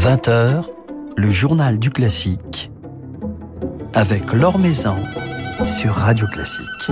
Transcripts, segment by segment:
20h, le journal du classique avec Laure Maison sur Radio Classique.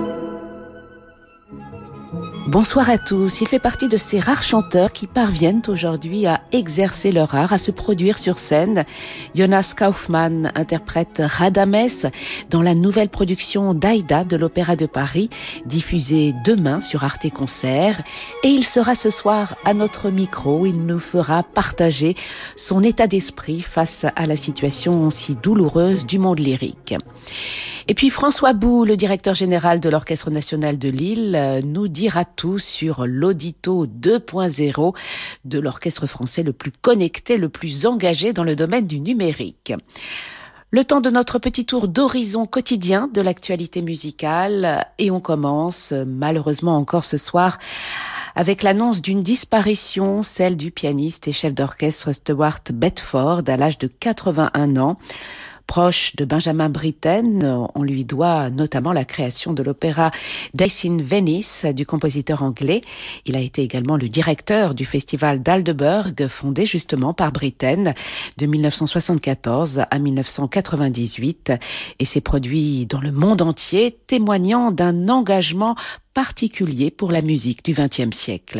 Bonsoir à tous. Il fait partie de ces rares chanteurs qui parviennent aujourd'hui à exercer leur art, à se produire sur scène. Jonas Kaufmann interprète Radames dans la nouvelle production d'Aïda de l'Opéra de Paris, diffusée demain sur Arte Concert. Et il sera ce soir à notre micro. Il nous fera partager son état d'esprit face à la situation si douloureuse du monde lyrique. Et puis François Bou, le directeur général de l'Orchestre national de Lille, nous dira tout sur l'Audito 2.0 de l'orchestre français le plus connecté, le plus engagé dans le domaine du numérique. Le temps de notre petit tour d'horizon quotidien de l'actualité musicale, et on commence malheureusement encore ce soir avec l'annonce d'une disparition, celle du pianiste et chef d'orchestre Stewart Bedford à l'âge de 81 ans. Proche de Benjamin Britten, on lui doit notamment la création de l'opéra Days in Venice du compositeur anglais. Il a été également le directeur du festival d'Aldeburgh, fondé justement par Britten de 1974 à 1998, et s'est produit dans le monde entier, témoignant d'un engagement particulier pour la musique du XXe siècle.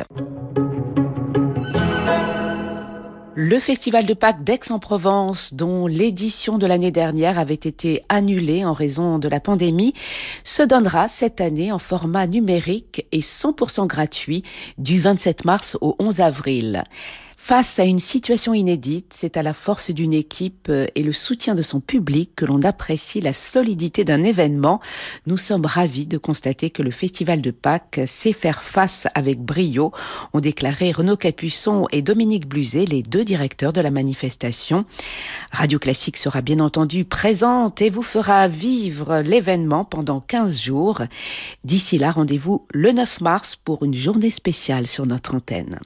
Le Festival de Pâques d'Aix-en-Provence, dont l'édition de l'année dernière avait été annulée en raison de la pandémie, se donnera cette année en format numérique et 100% gratuit du 27 mars au 11 avril. Face à une situation inédite, c'est à la force d'une équipe et le soutien de son public que l'on apprécie la solidité d'un événement. Nous sommes ravis de constater que le Festival de Pâques sait faire face avec brio, ont déclaré Renaud Capuçon et Dominique Bluzet, les deux directeurs de la manifestation. Radio Classique sera bien entendu présente et vous fera vivre l'événement pendant 15 jours. D'ici là, rendez-vous le 9 mars pour une journée spéciale sur notre antenne.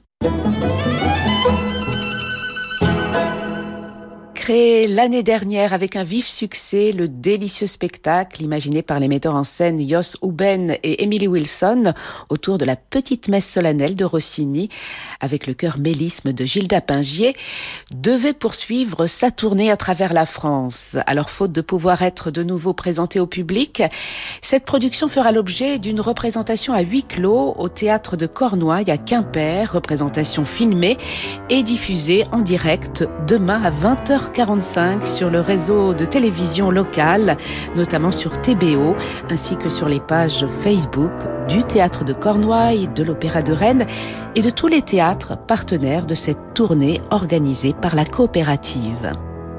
Créé l'année dernière avec un vif succès, le délicieux spectacle imaginé par les metteurs en scène Jos Uben et Emily Wilson autour de la petite messe solennelle de Rossini avec le chœur Mélisme de Gilda Pingier devait poursuivre sa tournée à travers la France. Alors faute de pouvoir être de nouveau présenté au public, cette production fera l'objet d'une représentation à huis clos au théâtre de Cornouailles à Quimper, représentation filmée et diffusée en direct demain à 20h45 sur le réseau de télévision locale, notamment sur TBO, ainsi que sur les pages Facebook du Théâtre de Cornouailles, de l'Opéra de Rennes et de tous les théâtres partenaires de cette tournée organisée par la coopérative.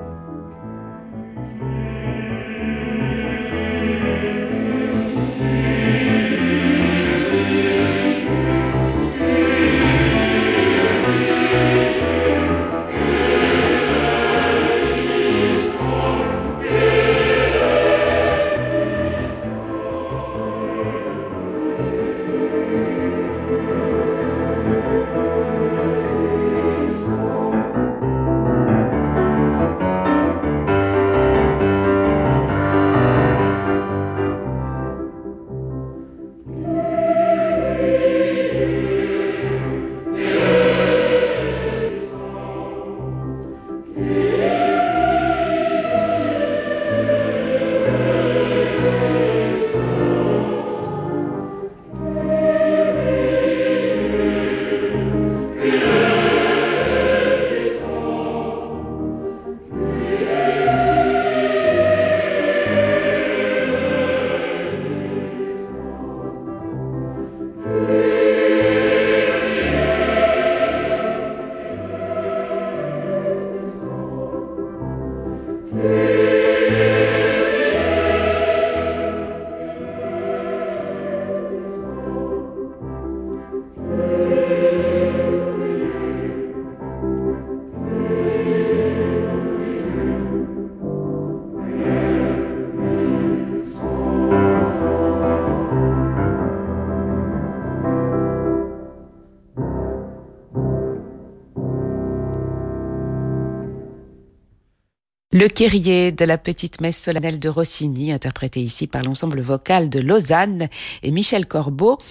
Le Kyrie de la petite messe solennelle de Rossini, interprété ici par l'ensemble vocal de Lausanne et Michel Corbeau.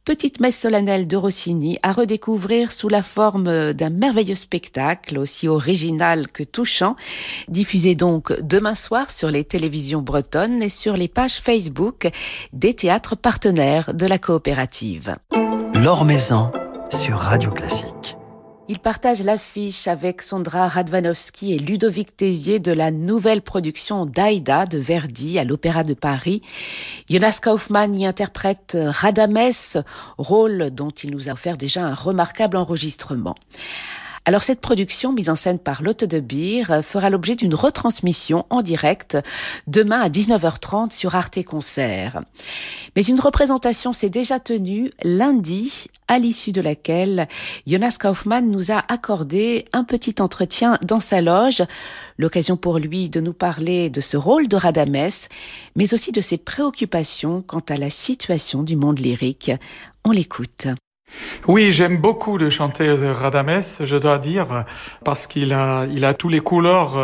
petite messe solennelle de Rossini à redécouvrir sous la forme d'un merveilleux spectacle, aussi original que touchant, diffusé donc demain soir sur les télévisions bretonnes et sur les pages Facebook des théâtres partenaires de la coopérative. L'Or Maison sur Radio Classique. Il partage l'affiche avec Sondra Radvanovsky et Ludovic Tézier de la nouvelle production d'Aïda de Verdi à l'Opéra de Paris. Jonas Kaufmann y interprète Radames, rôle dont il nous a offert déjà un remarquable enregistrement. Alors cette production, mise en scène par Lotte de Beer, fera l'objet d'une retransmission en direct demain à 19h30 sur Arte Concert. Mais une représentation s'est déjà tenue lundi, à l'issue de laquelle Jonas Kaufmann nous a accordé un petit entretien dans sa loge, l'occasion pour lui de nous parler de ce rôle de Radames, mais aussi de ses préoccupations quant à la situation du monde lyrique. On l'écoute. Oui, j'aime beaucoup de chanter Radames, je dois dire, parce qu'il a tous les couleurs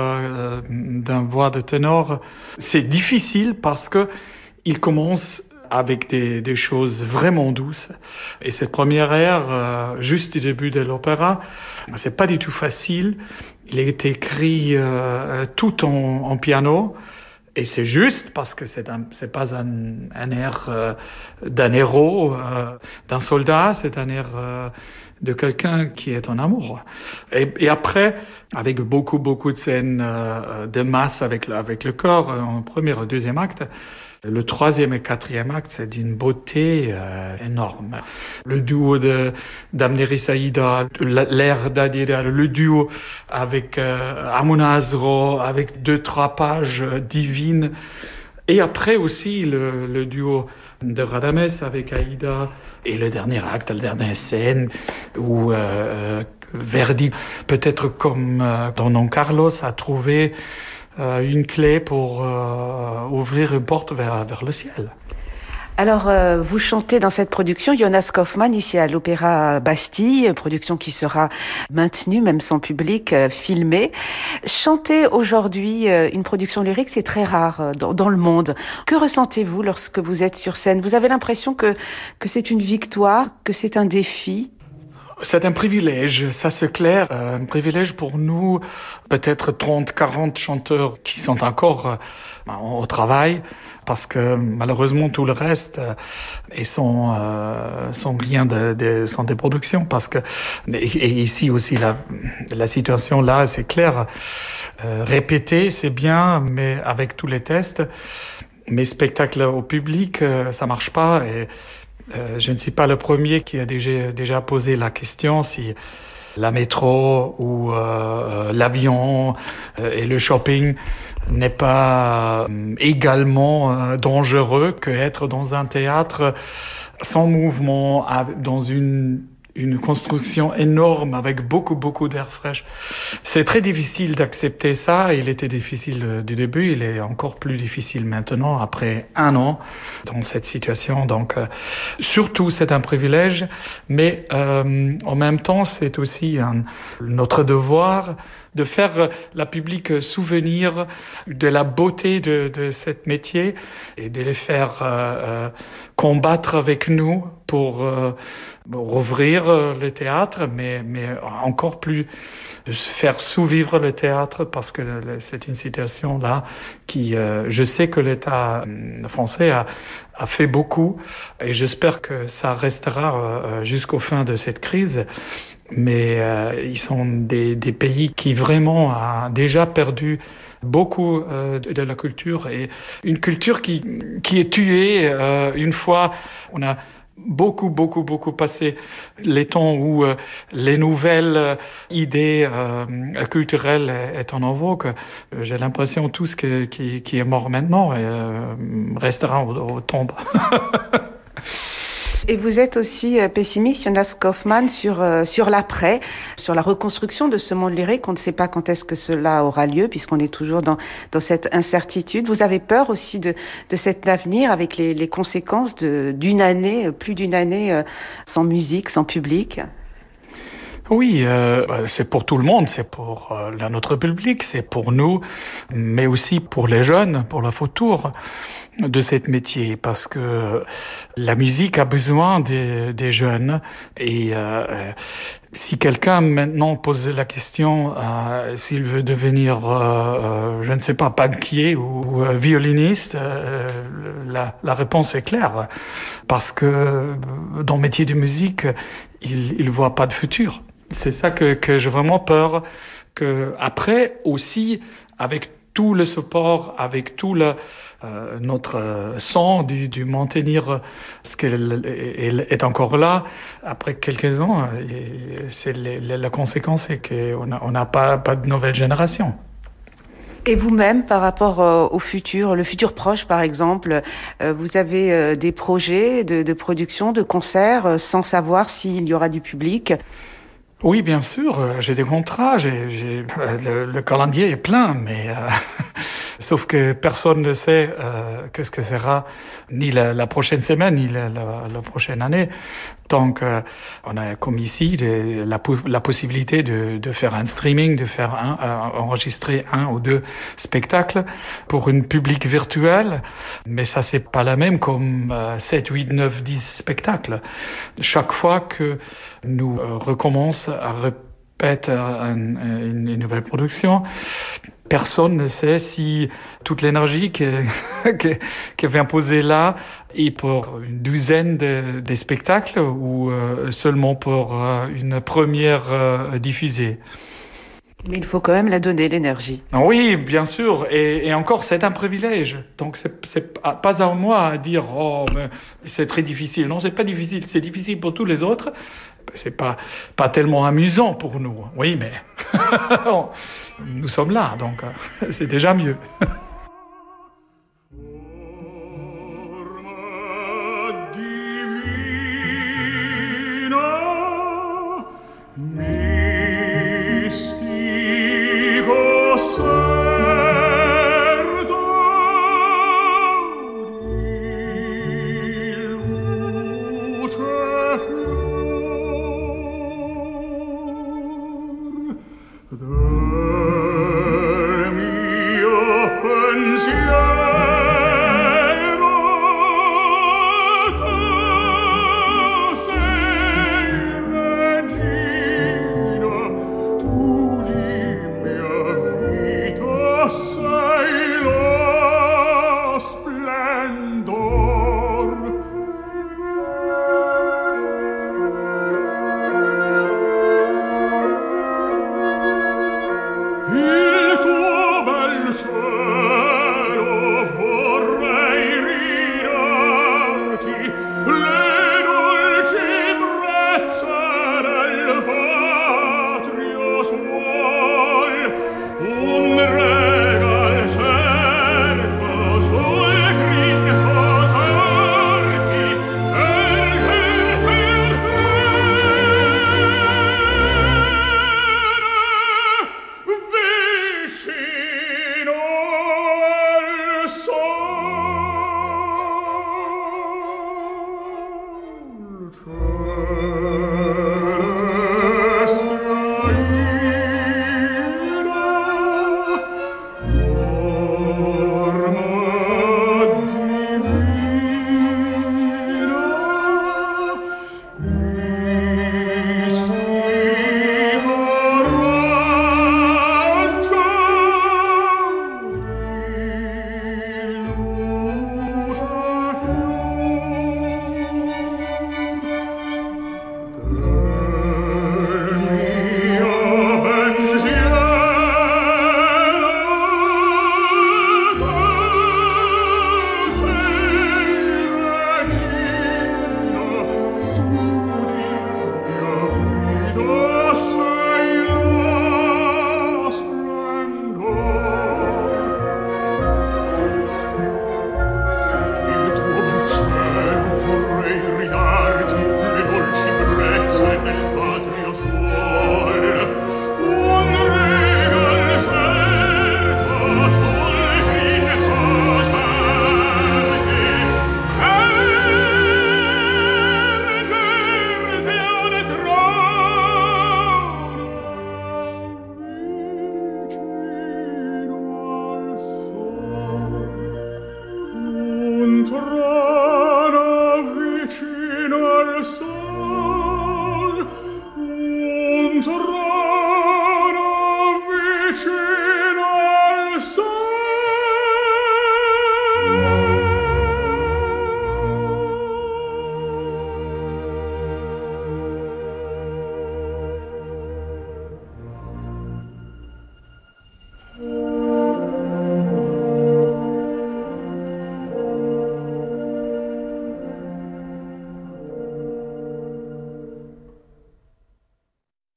d'un voix de ténor. C'est difficile parce que il commence avec des choses vraiment douces. Et cette première air, juste du début de l'opéra, c'est pas du tout facile. Il est écrit tout en piano. Et c'est juste parce que c'est pas un air d'un héros, d'un soldat, c'est un air de quelqu'un qui est en amour. Et après, avec beaucoup de scènes de masse avec le chœur en premier et deuxième acte, le troisième et quatrième acte, c'est d'une beauté énorme. Le duo d'Amneris Aïda, l'air d'Adira, le duo avec Amuna Azro, avec 2-3 pages divines. Et après aussi le duo de Radames avec Aïda et le dernier acte, la dernière scène où Verdi, peut-être comme dans Don Carlos, a trouvé une clé pour ouvrir une porte vers le ciel. Alors, vous chantez dans cette production Jonas Kaufmann ici à l'Opéra Bastille, production qui sera maintenue, même sans public, filmée. Chanter aujourd'hui une production lyrique, c'est très rare dans le monde. Que ressentez-vous lorsque vous êtes sur scène ? Vous avez l'impression que c'est une victoire, que c'est un défi ? C'est un privilège, ça c'est clair, un privilège pour nous, peut-être 30-40 chanteurs qui sont encore au travail, parce que malheureusement tout le reste sont rien sans des productions, parce que et ici aussi la situation là c'est clair, répéter c'est bien, mais avec tous les tests, mes spectacles au public ça marche pas. Et je ne suis pas le premier qui a déjà posé la question si la métro ou l'avion et le shopping n'est pas également dangereux qu'être dans un théâtre sans mouvement, dans une construction énorme avec beaucoup d'air fraîche. C'est très difficile d'accepter ça. Il était difficile du début, il est encore plus difficile maintenant, après 1 an dans cette situation. Donc, surtout, c'est un privilège, mais en même temps, c'est aussi notre devoir de faire la public souvenir de la beauté de ce métier et de les faire combattre avec nous pour rouvrir le théâtre, mais encore plus de faire sous-vivre le théâtre, parce que c'est une situation là qui, je sais que l'État français a fait beaucoup, et j'espère que ça restera jusqu'au fin de cette crise. Mais ils sont des pays qui vraiment a déjà perdu beaucoup de la culture, et une culture qui est tuée une fois on a beaucoup passé les temps où les nouvelles idées culturelles est en vogue. J'ai l'impression tout ce qui est mort maintenant restera au tombe. Et vous êtes aussi pessimiste, Jonas Kaufmann, sur l'après, sur la reconstruction de ce monde lyrique. On ne sait pas quand est-ce que cela aura lieu, puisqu'on est toujours dans cette incertitude. Vous avez peur aussi de cet avenir, avec les conséquences d'une année, plus d'une année sans musique, sans public? Oui, c'est pour tout le monde, c'est pour notre public, c'est pour nous, mais aussi pour les jeunes, pour le futur. de ce métier parce que la musique a besoin des jeunes et si quelqu'un maintenant pose la question s'il veut devenir, je ne sais pas, banquier ou violiniste, la réponse est claire parce que dans le métier de musique, il voit pas de futur. C'est ça que j'ai vraiment peur. Que après aussi, avec tout le support, avec tout notre sang du maintenir ce qu'elle est encore là, après quelques ans, c'est la conséquence, c'est qu'on n'a pas de nouvelle génération. Et vous-même, par rapport au futur, le futur proche par exemple, vous avez des projets de production, de concerts, sans savoir s'il y aura du public? Oui, bien sûr, j'ai des contrats, le calendrier est plein, mais sauf que personne ne sait qu'est-ce que sera ni la prochaine semaine, ni la prochaine année. Donc, on a comme ici la possibilité de faire un streaming, de faire enregistrer 1 ou 2 spectacles pour une public virtuel, mais ça c'est pas la même comme 7, 8, 9, 10 spectacles. Chaque fois que nous recommençons à répéter une nouvelle production, personne ne sait si toute l'énergie qui vient poser là est pour une douzaine de spectacles ou seulement pour une première diffusée. Mais il faut quand même la donner, l'énergie. Oui, bien sûr. Et encore, c'est un privilège. Donc, c'est pas à moi à dire « Oh, mais c'est très difficile ». Non, c'est pas difficile. C'est difficile pour tous les autres. C'est pas tellement amusant pour nous. Oui, mais nous sommes là, donc c'est déjà mieux.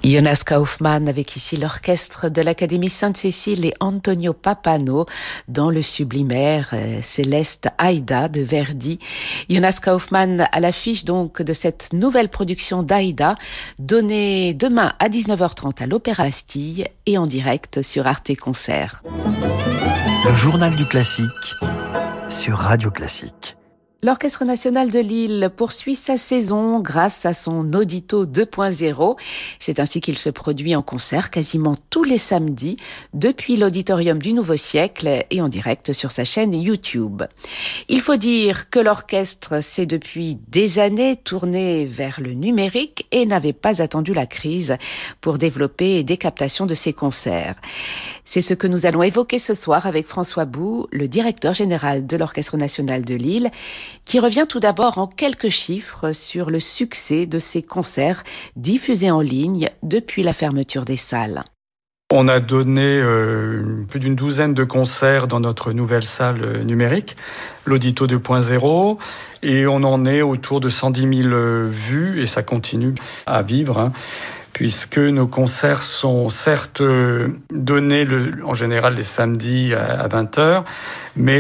Jonas Kaufmann avec ici l'orchestre de l'Académie Sainte-Cécile et Antonio Papano dans le sublimaire Céleste Aïda de Verdi. Jonas Kaufmann à l'affiche donc de cette nouvelle production d'Aïda donnée demain à 19h30 à l'Opéra Astille et en direct sur Arte Concert. Le journal du classique sur Radio Classique. L'Orchestre national de Lille poursuit sa saison grâce à son Audito 2.0. C'est ainsi qu'il se produit en concert quasiment tous les samedis depuis l'Auditorium du Nouveau Siècle et en direct sur sa chaîne YouTube. Il faut dire que l'orchestre s'est depuis des années tourné vers le numérique et n'avait pas attendu la crise pour développer des captations de ses concerts. C'est ce que nous allons évoquer ce soir avec François Bou, le directeur général de l'Orchestre national de Lille, qui revient tout d'abord en quelques chiffres sur le succès de ces concerts diffusés en ligne depuis la fermeture des salles. On a donné plus d'une douzaine de concerts dans notre nouvelle salle numérique, l'Audito 2.0, et on en est autour de 110 000 vues, et ça continue à vivre, puisque nos concerts sont certes donnés en général les samedis à 20h, mais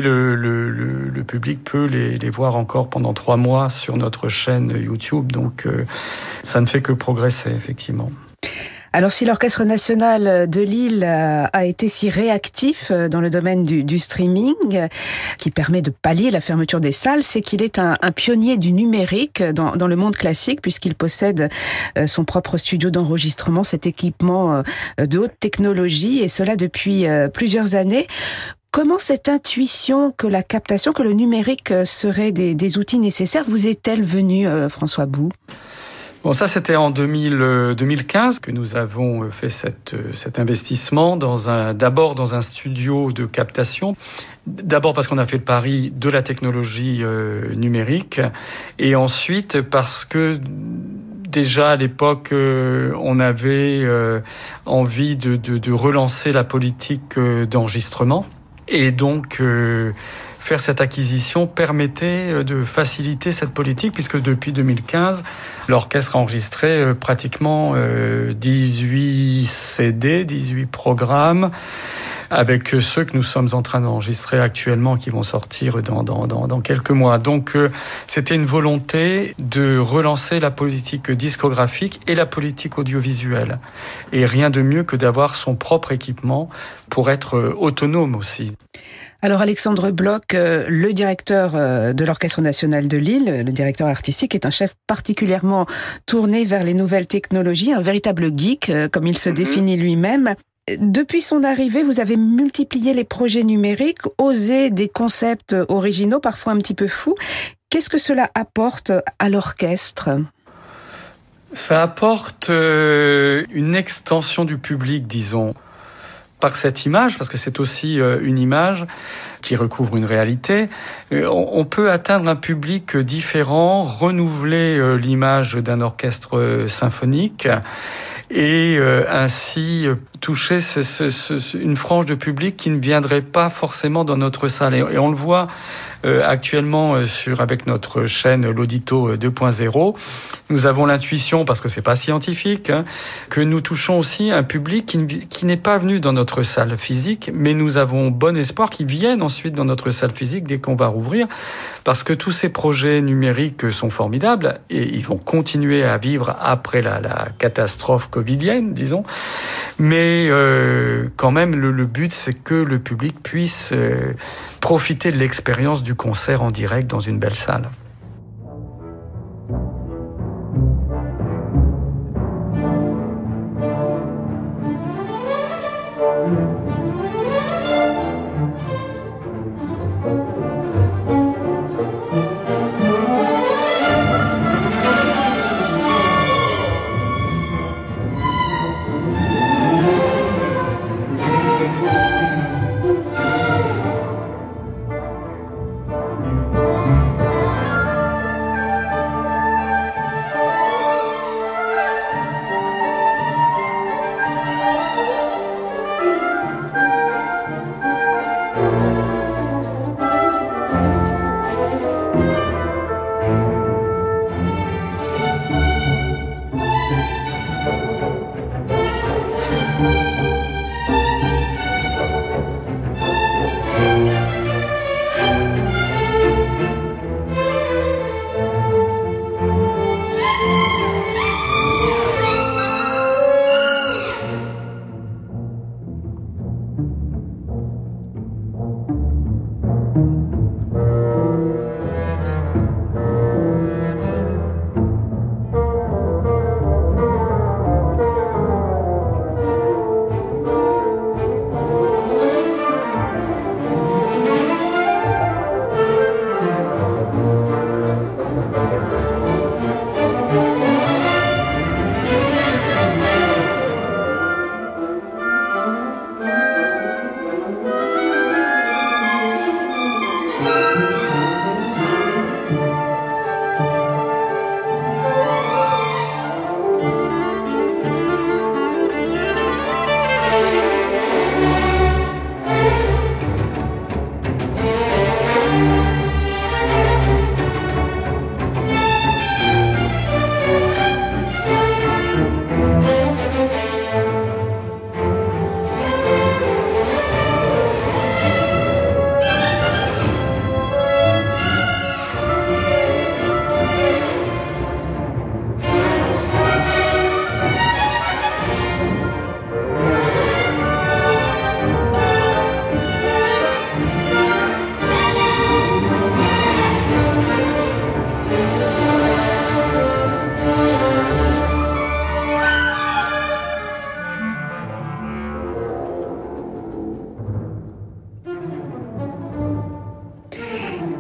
le public peut les voir encore pendant 3 mois sur notre chaîne YouTube, donc ça ne fait que progresser, effectivement. Alors si l'Orchestre national de Lille a été si réactif dans le domaine du streaming, qui permet de pallier la fermeture des salles, c'est qu'il est un pionnier du numérique dans le monde classique, puisqu'il possède son propre studio d'enregistrement, cet équipement de haute technologie, et cela depuis plusieurs années. Comment cette intuition que la captation, que le numérique seraient des outils nécessaires, vous est-elle venue, François Bou ? Bon, ça, c'était en 2015 que nous avons fait cet investissement d'abord dans un studio de captation. D'abord parce qu'on a fait le pari de la technologie numérique, et ensuite parce que déjà à l'époque, on avait envie de relancer la politique d'enregistrement, et donc faire cette acquisition permettait de faciliter cette politique, puisque depuis 2015, l'orchestre a enregistré pratiquement 18 CD, 18 programmes, avec ceux que nous sommes en train d'enregistrer actuellement, qui vont sortir dans quelques mois. Donc c'était une volonté de relancer la politique discographique et la politique audiovisuelle. Et rien de mieux que d'avoir son propre équipement pour être autonome aussi. Alors Alexandre Bloch, le directeur de l'Orchestre national de Lille, le directeur artistique, est un chef particulièrement tourné vers les nouvelles technologies, un véritable geek, comme il se définit lui-même. Depuis son arrivée, vous avez multiplié les projets numériques, osé des concepts originaux, parfois un petit peu fous. Qu'est-ce que cela apporte à l'orchestre ? Ça apporte une extension du public, disons, par cette image, parce que c'est aussi une image qui recouvre une réalité. On peut atteindre un public différent, renouveler l'image d'un orchestre symphonique, et ainsi toucher une frange de public qui ne viendrait pas forcément dans notre salle. Et on le voit actuellement avec notre chaîne l'Audito 2.0. Nous avons l'intuition, parce que c'est pas scientifique, que nous touchons aussi un public qui n'est pas venu dans notre salle physique, mais nous avons bon espoir qu'ils viennent ensuite dans notre salle physique dès qu'on va rouvrir, parce que tous ces projets numériques sont formidables et ils vont continuer à vivre après la catastrophe covidienne, disons. Mais quand même, le but, c'est que le public puisse profiter de l'expérience du concert en direct dans une belle salle.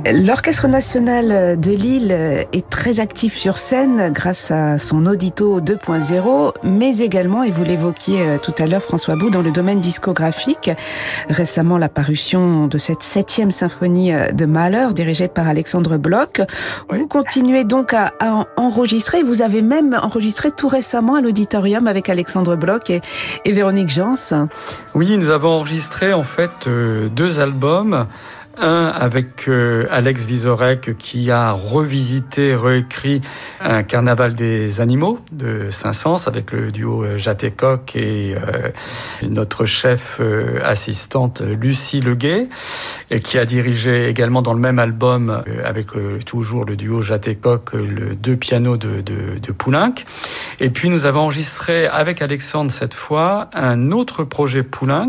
L'Orchestre national de Lille est très actif sur scène grâce à son Audito 2.0, mais également, et vous l'évoquiez tout à l'heure François Bou, dans le domaine discographique. Récemment, la parution de cette 7e symphonie de Mahler, dirigée par Alexandre Bloch. Oui. Vous continuez donc à enregistrer, vous avez même enregistré tout récemment à l'auditorium avec Alexandre Bloch et Véronique Jans. Oui, nous avons enregistré en fait 2 albums. Un avec Alex Vizorek qui a revisité, réécrit un carnaval des animaux de Saint-Saëns avec le duo Jatécoq et notre chef assistante Lucie Leguet, et qui a dirigé également dans le même album avec toujours le duo Jatécoq le 2 pianos de Poulenc. Et puis nous avons enregistré avec Alexandre cette fois un autre projet Poulenc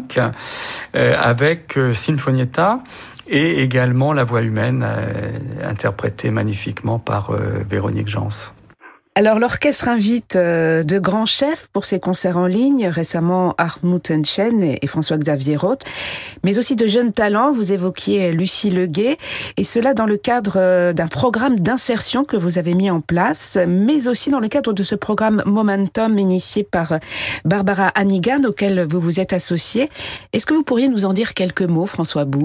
avec Sinfonietta, et également la voix humaine interprétée magnifiquement par Véronique Jans. Alors l'orchestre invite de grands chefs pour ses concerts en ligne, récemment Hartmut Engchen et François-Xavier Roth, mais aussi de jeunes talents, vous évoquiez Lucie Leguet, et cela dans le cadre d'un programme d'insertion que vous avez mis en place, mais aussi dans le cadre de ce programme Momentum initié par Barbara Hannigan, auquel vous vous êtes associé. Est-ce que vous pourriez nous en dire quelques mots, François Bou ?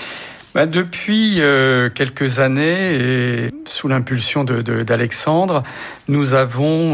Depuis quelques années, et sous l'impulsion d'Alexandre, nous avons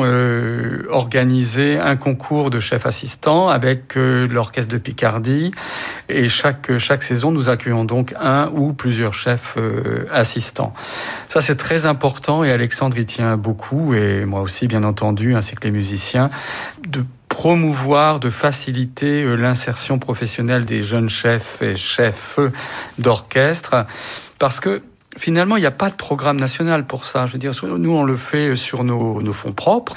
organisé un concours de chefs assistants avec l'Orchestre de Picardie. Et chaque saison, nous accueillons donc un ou plusieurs chefs assistants. Ça, c'est très important et Alexandre y tient beaucoup, et moi aussi, bien entendu, ainsi que les musiciens, de promouvoir, de faciliter l'insertion professionnelle des jeunes chefs et chefs d'orchestre, parce que finalement, il n'y a pas de programme national pour ça. Je veux dire, nous, on le fait sur nos fonds propres.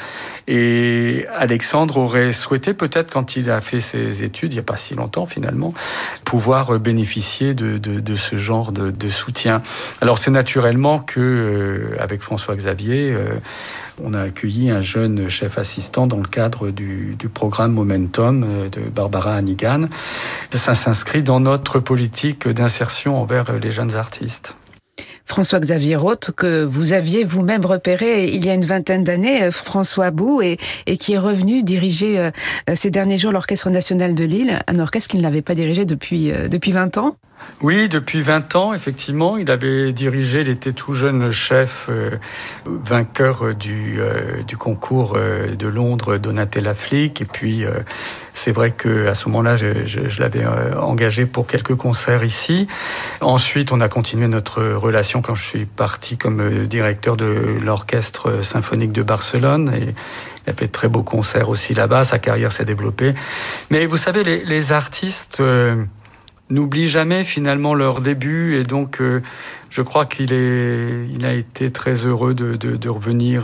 Et Alexandre aurait souhaité, peut-être quand il a fait ses études, il n'y a pas si longtemps finalement, pouvoir bénéficier de ce genre de soutien. Alors c'est naturellement que, avec François-Xavier, on a accueilli un jeune chef assistant dans le cadre du programme Momentum de Barbara Hannigan. Ça s'inscrit dans notre politique d'insertion envers les jeunes artistes. François-Xavier Roth, que vous aviez vous-même repéré il y a une vingtaine d'années, François Bou, et qui est revenu diriger ces derniers jours l'Orchestre national de Lille, un orchestre qu'il n'avait pas dirigé depuis 20 ans. Oui, depuis 20 ans, effectivement. Il avait dirigé, il était tout jeune chef, vainqueur du concours de Londres, Donatella Flick. Et puis, c'est vrai qu'à ce moment-là, je l'avais engagé pour quelques concerts ici. Ensuite, on a continué notre relation quand je suis parti comme directeur de l'Orchestre symphonique de Barcelone. Et il a fait de très beaux concerts aussi là-bas. Sa carrière s'est développée. Mais vous savez, les artistes n'oublient jamais finalement leur début, et donc je crois qu'il a été très heureux de revenir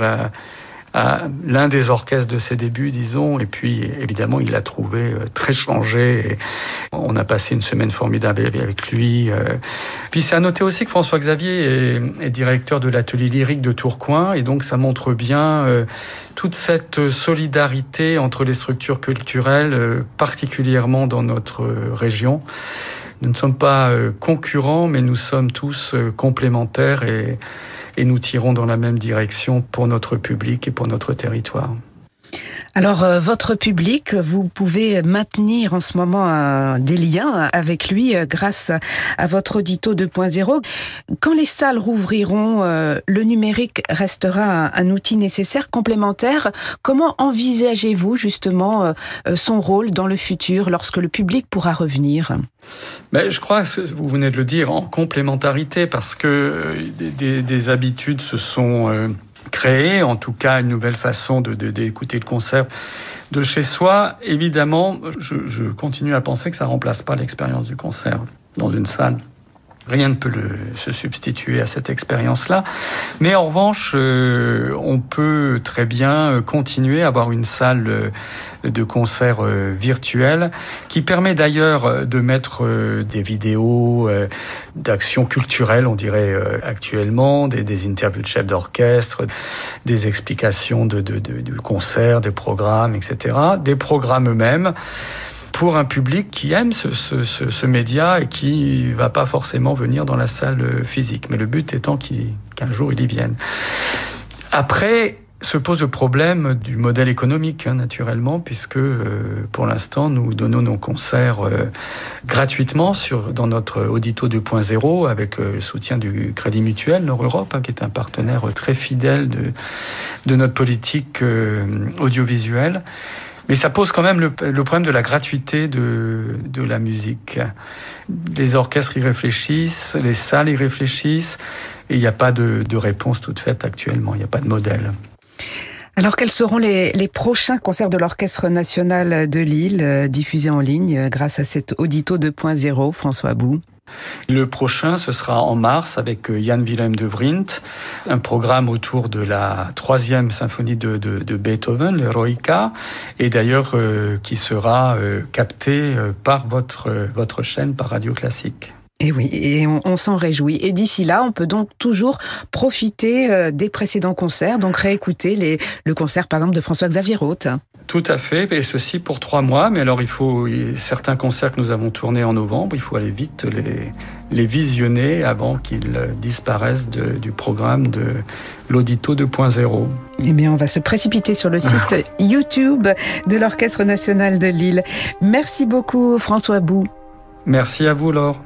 à l'un des orchestres de ses débuts, disons, et puis évidemment il l'a trouvé très changé, et on a passé une semaine formidable avec lui. Puis c'est à noter aussi que François-Xavier est directeur de l'atelier lyrique de Tourcoing, et donc ça montre bien toute cette solidarité entre les structures culturelles, particulièrement dans notre région. Nous ne sommes pas concurrents, mais nous sommes tous complémentaires, et nous tirons dans la même direction pour notre public et pour notre territoire. Alors, votre public, vous pouvez maintenir en ce moment des liens avec lui grâce à votre Audito 2.0. Quand les salles rouvriront, le numérique restera un outil nécessaire, complémentaire. Comment envisagez-vous justement son rôle dans le futur lorsque le public pourra revenir ? Je crois que vous venez de le dire, en complémentarité, parce que des habitudes se sont créer, en tout cas une nouvelle façon d'écouter le concert de chez soi. Évidemment, je continue à penser que ça ne remplace pas l'expérience du concert dans une salle. Rien ne peut se substituer à cette expérience-là. Mais en revanche, on peut très bien continuer à avoir une salle de concert virtuelle qui permet d'ailleurs de mettre des vidéos d'actions culturelles, on dirait actuellement, des interviews de chefs d'orchestre, des explications de concerts, des programmes, etc. Des programmes eux-mêmes. pour un public qui aime ce média et qui va pas forcément venir dans la salle physique. Mais le but étant qu'un jour il y vienne. Après, se pose le problème du modèle économique, naturellement, puisque pour l'instant, nous donnons nos concerts gratuitement dans notre Audito 2.0 avec le soutien du Crédit Mutuel Nord-Europe, qui est un partenaire très fidèle de notre politique audiovisuelle. Mais ça pose quand même le problème de la gratuité de la musique. Les orchestres y réfléchissent, les salles y réfléchissent, et il n'y a pas de réponse toute faite actuellement, il n'y a pas de modèle. Alors, quels seront les prochains concerts de l'Orchestre national de Lille diffusés en ligne grâce à cet Audito 2.0, François About? Le prochain, ce sera en mars avec Jan Willem de Vrindt, un programme autour de la 3e symphonie de Beethoven, l'Eroica, et d'ailleurs qui sera capté par votre chaîne, par Radio Classique. Et oui, et on s'en réjouit. Et d'ici là, on peut donc toujours profiter des précédents concerts, donc réécouter le concert, par exemple, de François-Xavier Roth. Tout à fait, et ceci pour 3 mois. Mais alors, certains concerts que nous avons tournés en novembre, il faut aller vite les visionner avant qu'ils disparaissent du programme de l'Audito 2.0. Eh bien, on va se précipiter sur le site YouTube de l'Orchestre national de Lille. Merci beaucoup, François About. Merci à vous, Laure.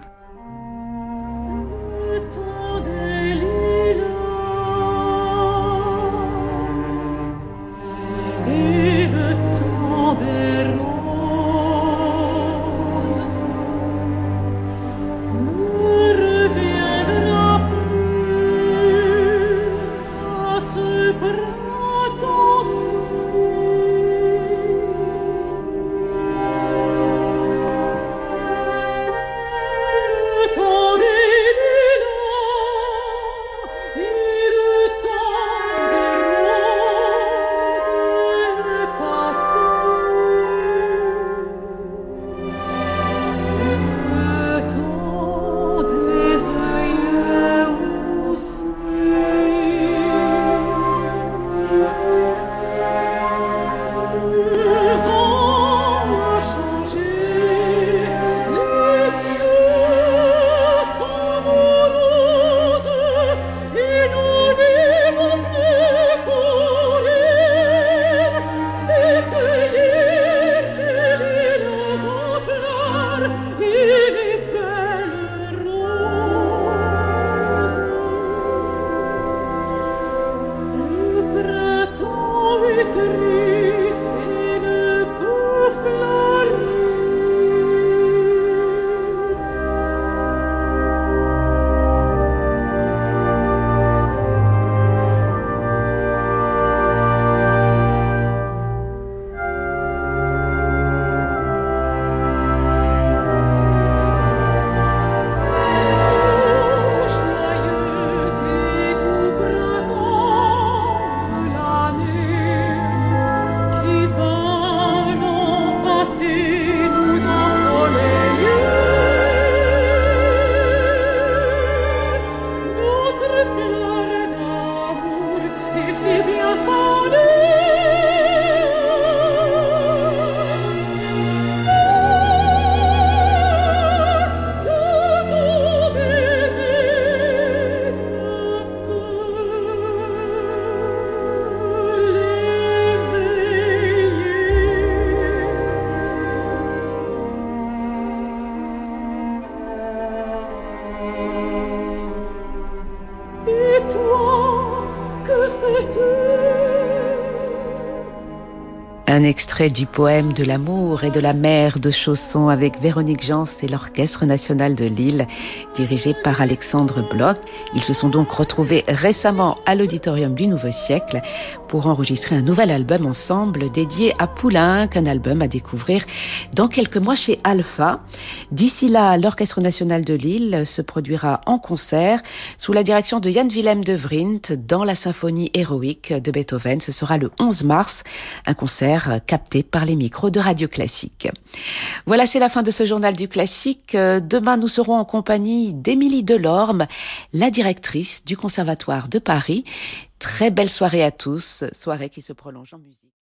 Un extrait du poème de l'amour et de la mer de Chausson avec Véronique Jans et l'Orchestre national de Lille, dirigé par Alexandre Bloch. Ils se sont donc retrouvés récemment à l'Auditorium du Nouveau Siècle pour enregistrer un nouvel album ensemble dédié à Poulenc, un album à découvrir dans quelques mois chez Alpha. D'ici là, l'Orchestre national de Lille se produira en concert sous la direction de Jan Willem de Vrindt dans la symphonie héroïque de Beethoven. Ce sera le 11 mars, un concert capté par les micros de Radio Classique. Voilà, c'est la fin de ce journal du classique. Demain, nous serons en compagnie d'Émilie Delorme, la directrice du Conservatoire de Paris. Très belle soirée à tous, soirée qui se prolonge en musique.